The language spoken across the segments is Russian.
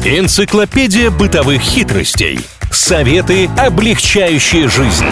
Энциклопедия бытовых хитростей. Советы, облегчающие жизнь.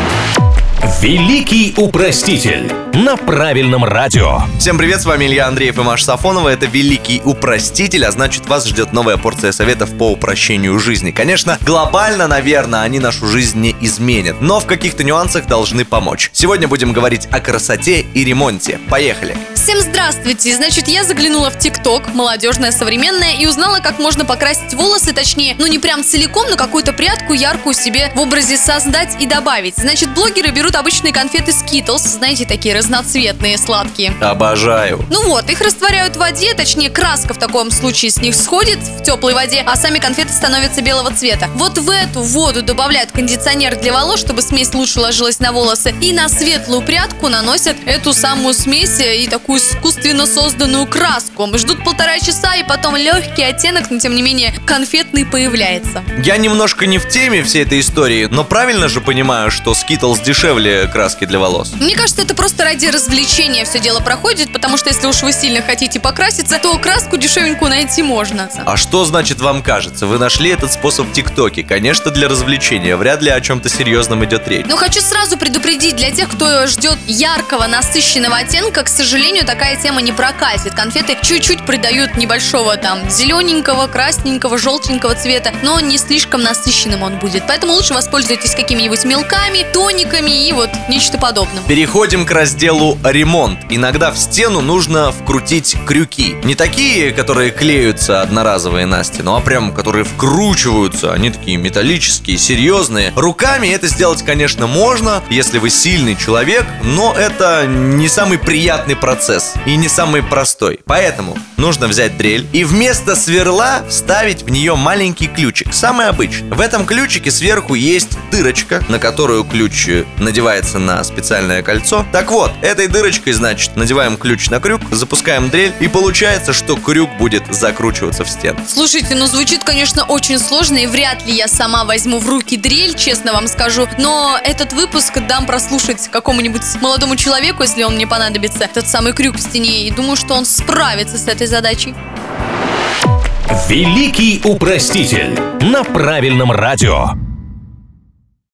Великий упроститель на правильном радио. Всем привет, с вами Илья Андреев и Маша Сафонова. Это Великий упроститель, а значит, вас ждет новая порция советов по упрощению жизни. Конечно, глобально, наверное, они нашу жизнь не изменят, но в каких-то нюансах должны помочь. Сегодня будем говорить о красоте и ремонте. Поехали! Всем здравствуйте! Значит, я заглянула в ТикТок, молодежная, современная, и узнала, как можно покрасить волосы, точнее, не прям целиком, но какую-то прядку яркую себе в образе создать и добавить. Значит, блогеры берут обычные конфеты Skittles, знаете, такие разноцветные, сладкие. Обожаю. Их растворяют в воде, точнее, краска в таком случае с них сходит в теплой воде, а сами конфеты становятся белого цвета. Вот в эту воду добавляют кондиционер для волос, чтобы смесь лучше ложилась на волосы, и на светлую прядку наносят эту самую смесь и такую искусственно созданную краску. Ждут 1,5 часа, и потом легкий оттенок, но тем не менее конфетный появляется. Я немножко не в теме всей этой истории, но правильно же понимаю, что Skittles дешевле краски для волос? Мне кажется, это просто ради развлечения все дело проходит, потому что если уж вы сильно хотите покраситься, то краску дешевенькую найти можно. А что значит вам кажется? Вы нашли этот способ в ТикТоке. Конечно, для развлечения. Вряд ли о чем-то серьезном идет речь. Но хочу сразу предупредить для тех, кто ждет яркого, насыщенного оттенка, к сожалению, такая тема не прокатит. Конфеты чуть-чуть придают небольшого зелененького, красненького, желтенького цвета, но не слишком насыщенным он будет. Поэтому лучше воспользуйтесь какими-нибудь мелками, тониками и нечто подобное. Переходим к разделу ремонт. Иногда в стену нужно вкрутить крюки. Не такие, которые клеются одноразовые на стену, а прям, которые вкручиваются. Они такие металлические, серьезные. Руками это сделать, конечно, можно, если вы сильный человек, но это не самый приятный процесс и не самый простой. Поэтому нужно взять дрель и вместо сверла вставить в нее маленький ключик, самый обычный. В этом ключике сверху есть дырочка, на которую ключ надевается на специальное кольцо. Так вот, этой дырочкой, значит, надеваем ключ на крюк, запускаем дрель, и получается, что крюк будет закручиваться в стену. Слушайте, звучит, конечно, очень сложно, и вряд ли я сама возьму в руки дрель, честно вам скажу, но этот выпуск дам прослушать какому-нибудь молодому человеку, если он мне понадобится, этот самый крюк в стене, и думаю, что он справится с этой задачей. Великий упроститель на правильном радио.